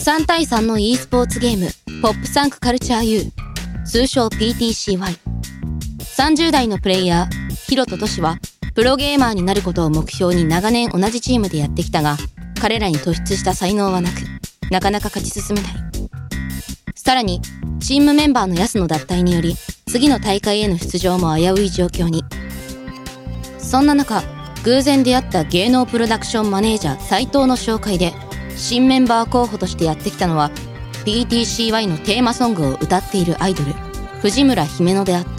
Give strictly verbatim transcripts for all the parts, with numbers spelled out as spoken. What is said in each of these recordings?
さんたいさんの e スポーツゲームポップサンクカルチャー U、 通称 ピーティーシーワイ。 さんじゅう代のプレイヤーヒロとトシはプロゲーマーになることを目標に長年同じチームでやってきたが、彼らに突出した才能はなく、なかなか勝ち進めない。さらにチームメンバーのヤスの脱退により次の大会への出場も危うい状況に。そんな中、偶然出会った芸能プロダクションマネージャー斉藤の紹介で新メンバー候補としてやってきたのは ピーティーシーワイ のテーマソングを歌っているアイドル藤村姫乃であった。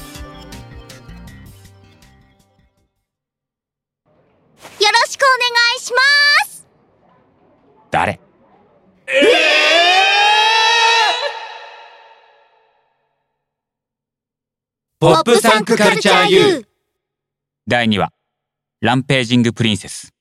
よろしくお願いします。 誰？えー、 ポップサンクカルチャー U だいにわランページングプリンセス。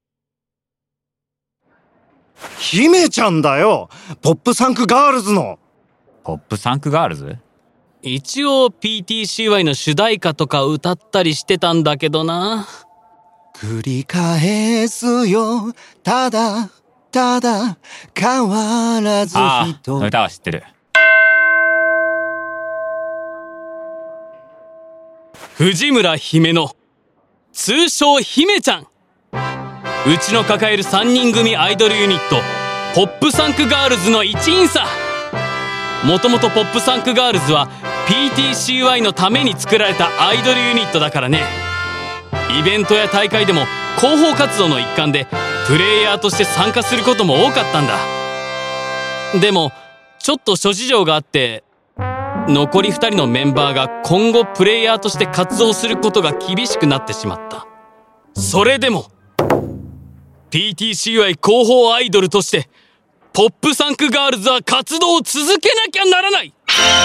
姫ちゃんだよ、ポップサンクガールズの。 ポップサンクガールズ？ 一応 ピーティーシーワイ の主題歌とか歌ったりしてたんだけどな。 繰り返すよ、ただただ変わらず人。 ああ、歌は知ってる。 藤村姫乃、通称姫ちゃん。うちの抱えるさんにん組アイドルユニットポップサンクガールズの一員さ。もともとポップサンクガールズは ピーティーシーワイ のために作られたアイドルユニットだからね。イベントや大会でも広報活動の一環でプレイヤーとして参加することも多かったんだ。でもちょっと諸事情があって残りふたりのメンバーが今後プレイヤーとして活動することが厳しくなってしまった。それでも ピーティーシーワイ 広報アイドルとしてポップサンクガールズは活動を続けなきゃならない。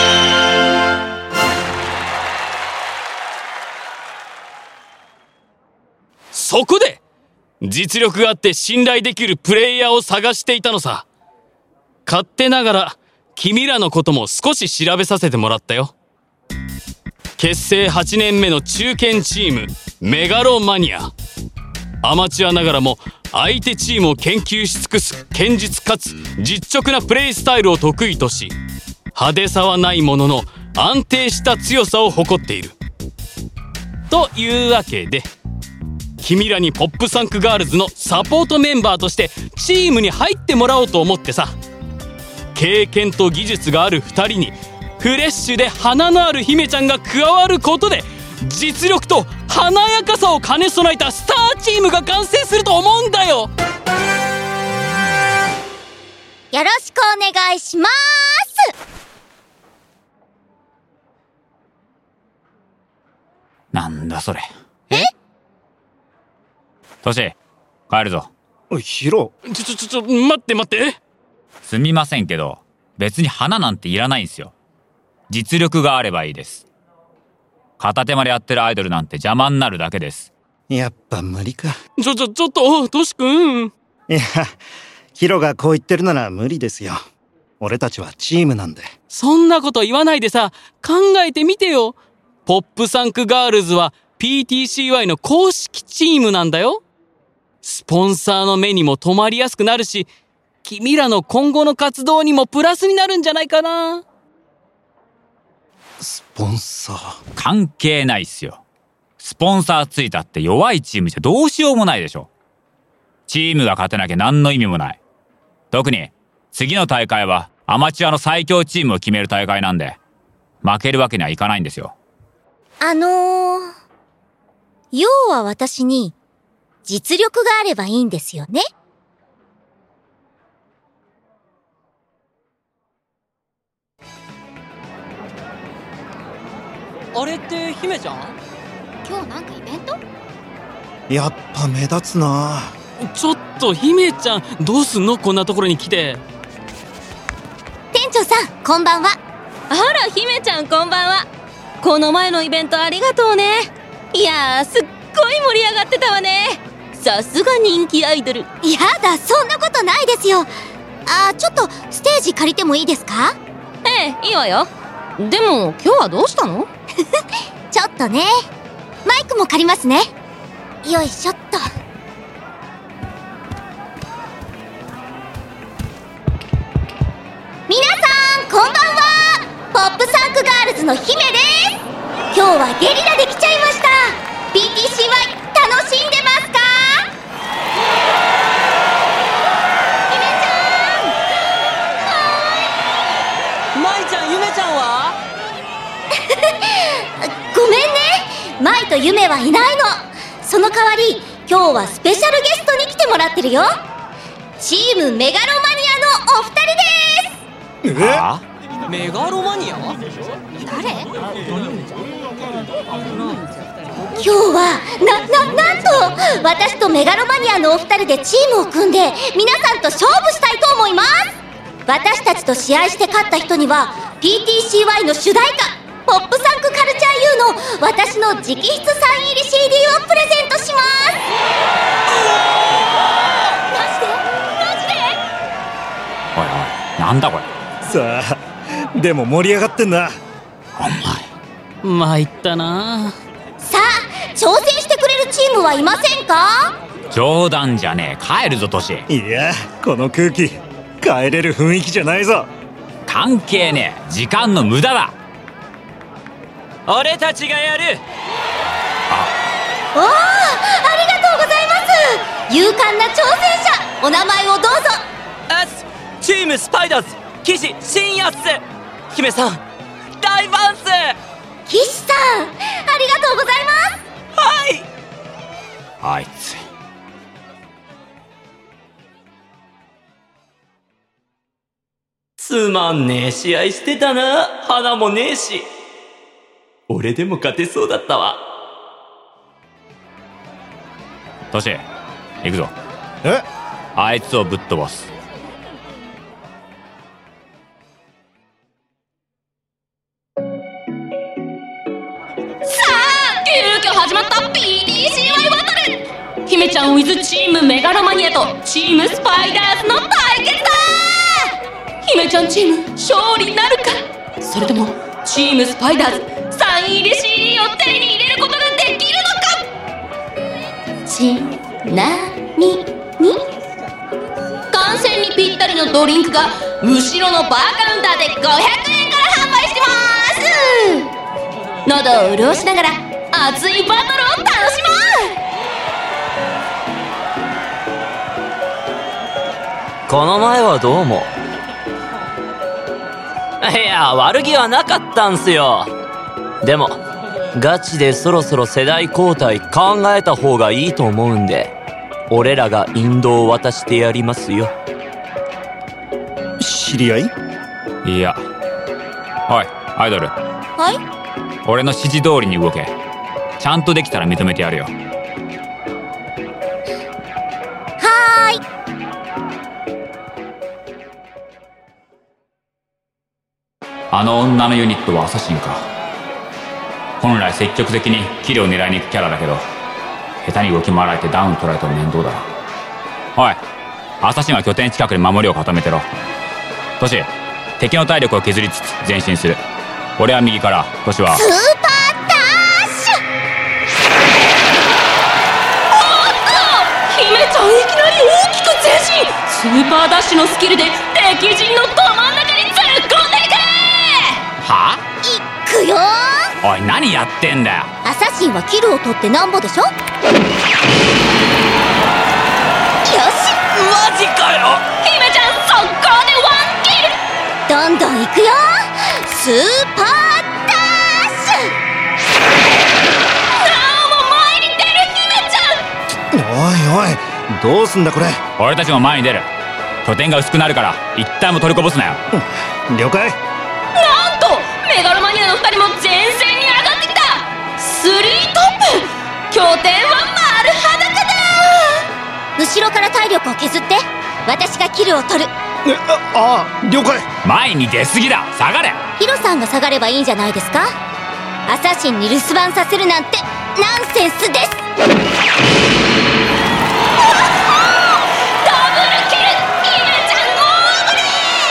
そこで実力があって信頼できるプレイヤーを探していたのさ。勝手ながら君らのことも少し調べさせてもらったよ。結成はちねんめの中堅チームメガロマニア。アマチュアながらも相手チームを研究し尽くす堅実かつ実直なプレイスタイルを得意とし、派手さはないものの安定した強さを誇っている。というわけで君らにポップサンクガールズのサポートメンバーとしてチームに入ってもらおうと思ってさ。経験と技術があるふたりにフレッシュで花のある姫ちゃんが加わることで実力と華やかさを兼ね備えたスターチームが完成すると思うんだよ。 よろしくお願いします。 なんだそれ。 え？ トシ、帰るぞ。 ヒロ。 ちょちょちょちょ待って待って。 すみませんけど別に花なんていらないんすよ。実力があればいいです。片手間でやってるアイドルなんて邪魔になるだけです。 やっぱ無理か。 ちょちょちょっとトシ君。 いや、ヒロがこう言ってるなら無理ですよ。俺たちはチームなんで。 そんなこと言わないでさ、考えてみてよ。ポップサンクガールズは ピーティーシーワイ の公式チームなんだよ。スポンサーの目にも留まりやすくなるし、君らの今後の活動にもプラスになるんじゃないかな。 スポンサー関係ないっすよ。スポンサーついたって弱いチームじゃどうしようもないでしょ。チームが勝てなきゃ何の意味もない。特に次の大会はアマチュアの最強チームを決める大会なんで負けるわけにはいかないんですよ。 あのー、要は私に実力があればいいんですよね。 あれって姫ちゃん？ 今日なんかイベント？ やっぱ目立つな。 ちょっと姫ちゃんどうすんの、こんなところに来て。 店長さんこんばんは。 あら姫ちゃんこんばんは。この前のイベントありがとうね。いやーすっごい盛り上がってたわね。さすが人気アイドル。 やだ、そんなことないですよ。あー、ちょっとステージ借りてもいいですか？ ええ、いいわよ。でも今日はどうしたの？ ちょっとね。マイクも借りますね。よいしょっと。 ズの姫です。今日はゲリラで来ちゃいました。 ピーティーシーワイ 楽しんでますか？姫ちゃん、 舞ちゃん、ゆめちゃんは？ ごめんね、舞とゆめはいないの。その代わり今日はスペシャルゲストに来てもらってるよ。チームメガロマニアのお二人です。 えあメガロマニア？ 誰？今日はな、な、なんと私とメガロマニアのお二人でチームを組んで皆さんと勝負したいと思います。私たちと試合して勝った人には ピーティーシーワイ の主題歌ポップサンクカルチャー U の私の直筆サイン入り シーディー をプレゼントします。マジで？マジで？ おいおい、なんだこれ。 さあ、でも盛り上がってんな。 お前参ったな。 さあ、挑戦してくれるチームはいませんか？ 冗談じゃねえ、帰るぞトシ。 いや、この空気帰れる雰囲気じゃないぞ。 関係ねえ、時間の無駄だ。 俺たちがやる。 おー、ありがとうございます。勇敢な挑戦者、お名前をどうぞ。 あす、チームスパイダーズ岸信也っす。姫さん大ファンっす。 岸さん、ありがとうございます。 はい。 あいつつまんねえ試合してたな。花もねえし。俺でも勝てそうだったわ。 トシ、行くぞ。 え？ あいつをぶっ飛ばす。 急遽始まった ピーティーシーワイ バトル。姫ちゃん with チームメガロマニアとチームスパイダーズの対決だ。姫ちゃんチーム勝利なるか、それともチームスパイダーズサイン入り シーディー を手に入れることができるのか。ちなみに観戦にぴったりのドリンクが後ろのバーカウンターでごひゃくえんから販売してます。喉を潤しながら熱いバトルを楽しもう。 この前はどうも。いや、悪気はなかったんすよ。でもガチでそろそろ世代交代考えた方がいいと思うんで、俺らが引導を渡してやりますよ。 知り合い？ いや、おいアイドル、 はい、 俺の指示通りに動け。ちゃんとできたら認めてやるよ。 はーい。 あの女のユニットはアサシンか。本来積極的にキルを狙いに行くキャラだけど、下手に動き回られてダウン取られたら面倒だ。おい、アサシンは拠点近くに守りを固めてろ。トシ、敵の体力を削りつつ前進する。俺は右から、トシはスーパーダッシュ。 おっと、姫ちゃんいきなり大きく前進。スーパーダッシュのスキルで敵陣のど真ん中に突っ込んでいく。 は？ いくよー。 おい、何やってんだよ。 アサシンはキルを取ってなんぼでしょ。よし、 マジかよ。 姫ちゃん速攻でワンキル。 どんどんいくよ。スーパーダッシュ。 なおも前に出る姫ちゃん。 おいおい、どうすんだこれ。 俺たちも前に出る。拠点が薄くなるから一体も取りこぼすなよ。 了解。 なんとメガロマニアのふたりも前線に上がってきた。スリートップ。拠点は丸裸だ。 後ろから体力を削って私がキルを取る。 え、ああ、了解。 前に出すぎだ。下がれ。 ヒロさんが下がればいいんじゃないですか。アサシンに留守番させるなんてナンセンスです。ダブルキル。姫ちゃん大暴れ。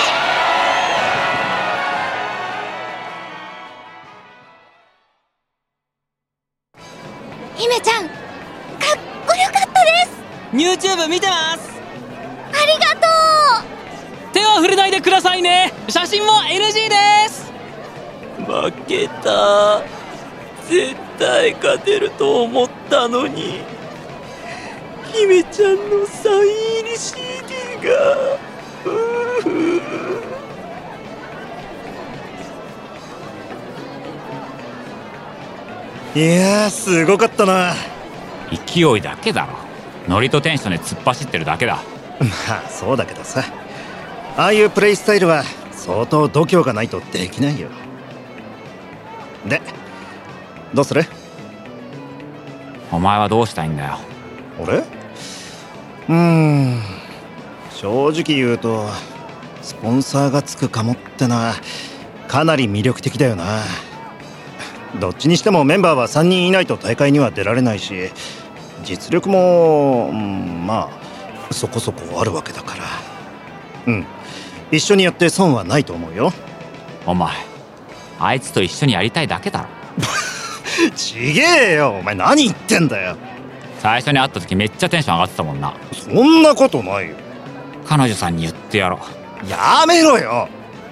姫ちゃん、かっこよかったです。 YouTube 見てます。 ありがとう。 手は触れないでくださいね。写真も エヌジー です。 負けた。絶対勝てると思ったのに。姫ちゃんのサイン入り シーディー がうーいやー、すごかったな。 勢いだけだろ。ノリとテンションで突っ走ってるだけだ。 まあそうだけどさ、ああいうプレイスタイルは相当度胸がないとできないよ。で、どうする？ お前はどうしたいんだよ。 俺？うーん、正直言うとスポンサーがつくかもってのはかなり魅力的だよな。どっちにしてもメンバーはさんにんいないと大会には出られないし、実力も、うん、まあそこそこあるわけだから、うん、一緒にやって損はないと思うよ。 お前、あいつと一緒にやりたいだけだろ。 ちげえよ、お前何言ってんだよ。 最初に会った時めっちゃテンション上がってたもんな。 そんなことないよ。 彼女さんに言ってやろう。やめろよ。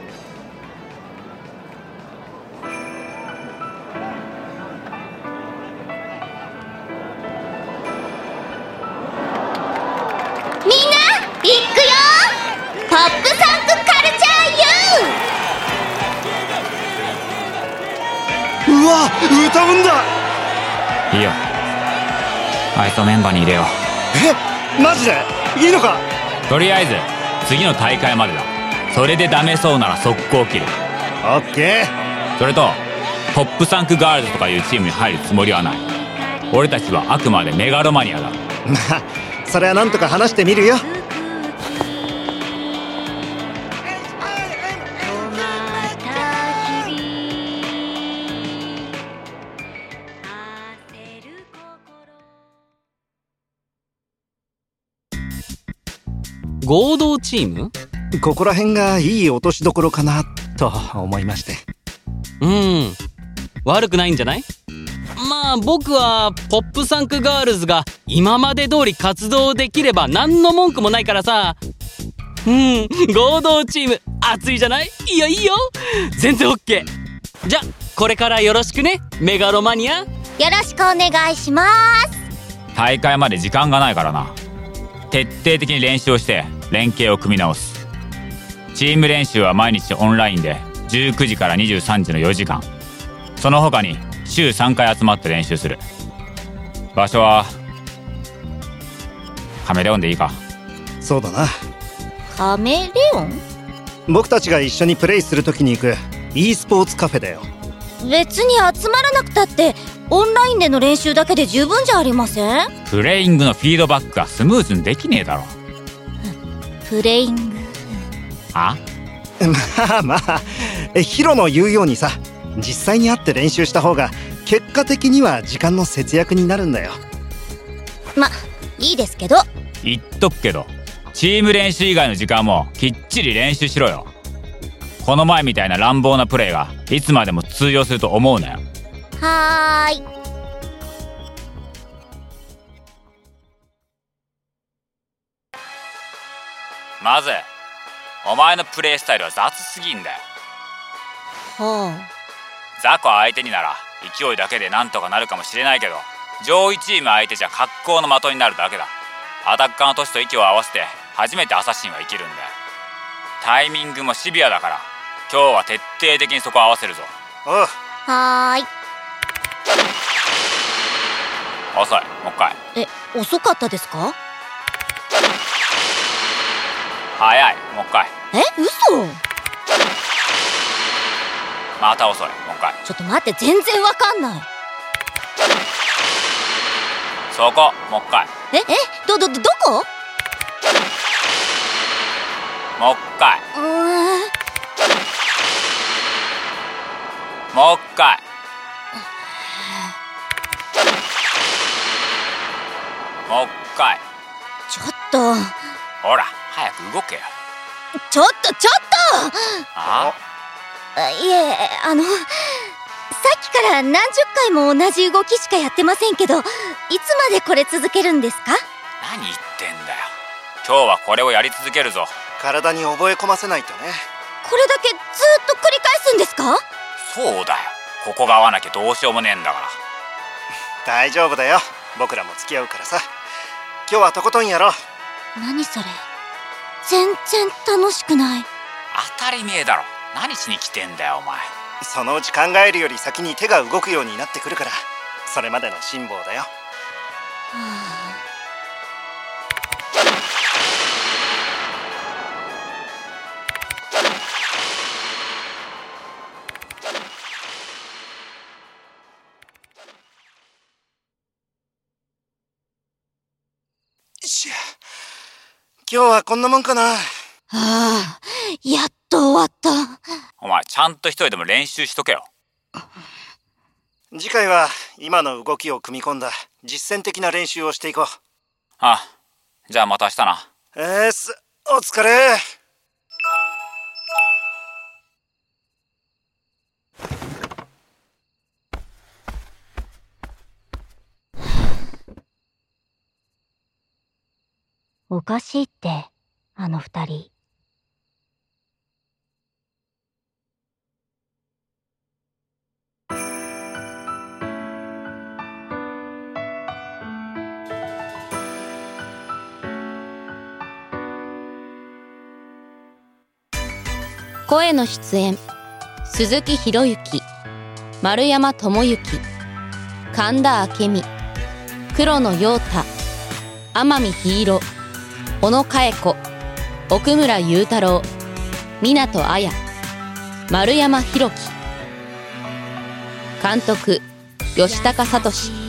みんな行くよ。ポップサンクカルチャー ユー。 うわ、歌うんだ。 いいよ、あいつをメンバーに入れよう。 え、マジでいいのか？ とりあえず次の大会までだ。それでダメそうなら速攻切る。 オッケー。 それとポップサンクガールズとかいうチームに入るつもりはない。俺たちはあくまでメガロマニアだ。 まあそれはなんとか話してみるよ。 合同チーム？ ここら辺がいい落としどころかなと思いまして。 うん、悪くないんじゃない？まあ僕はポップサンクガールズが今まで通り活動できれば何の文句もないからさ。うん、合同チーム熱いじゃない？いいよいいよ、全然 OK。 じゃこれからよろしくね、メガロマニア。 よろしくお願いします。 大会まで時間がないからな。徹底的に練習をして連携を組み直す。チーム練習は毎日オンラインでじゅうくじからにじゅうさんじのよじかん。その他に週さんかい集まって練習する。場所はカメレオンでいいか？ そうだな。 カメレオン？ 僕たちが一緒にプレイするときに行く e スポーツカフェだよ。 別に集まらなくたってオンラインでの練習だけで十分じゃありません？ プレイングのフィードバックがスムーズにできねえだろ。 プレイング。 あ？ まあまあ、ヒロの言うようにさ、実際に会って練習した方が結果的には時間の節約になるんだよ。 ま、いいですけど。 言っとくけど、チーム練習以外の時間もきっちり練習しろよ。この前みたいな乱暴なプレーがいつまでも通用すると思うなよ。 はーい。 まずお前のプレースタイルは雑すぎんだよ。 はあ。 雑魚相手になら勢いだけでなんとかなるかもしれないけど、上位チーム相手じゃ格好の的になるだけだ。アタッカーのトシと息を合わせて初めてアサシンは生きるんだよ。タイミングもシビアだから今日は徹底的にそこを合わせるぞ。 おう。 はーい。 遅い、もう一回。 え、遅かったですか？ 早い、もう一回。 え、嘘？ また遅い、もう一回。 ちょっと待って、全然わかんない。 そこ、もう一回。 え、え、ど、ど、ど、どこ？ もう一回。 うーん。 もう一回。もう一回。 ちょっと。 ほら、早く動けよ。 ちょっとちょっと。 ああ、いえ、あのさっきから何十回も同じ動きしかやってませんけど、いつまでこれ続けるんですか？ 何言ってんだよ。今日はこれをやり続けるぞ。 体に覚え込ませないとね。 これだけずっと繰り返すんですか？ そうだよ、ここが合わなきゃどうしようもねえんだから。 大丈夫だよ、僕らも付き合うからさ。今日はとことんやろう。 何それ、全然楽しくない。 当たり前だろ、何しに来てんだよお前。 そのうち考えるより先に手が動くようになってくるから、それまでの辛抱だよ。はあ、今日はこんなもんかな。 はあ、やっと終わった。 お前ちゃんと一人でも練習しとけよ。 次回は今の動きを組み込んだ実践的な練習をしていこう。 ああ、じゃあまた明日な。 えーす、お疲れ。 おかしいって、あの二人。 声の出演、鈴木博之、丸山智之、神田明美、黒野陽太、天海日色、小野佳恵子、奥村雄太郎、湊綾、丸山弘樹。監督、吉高聡。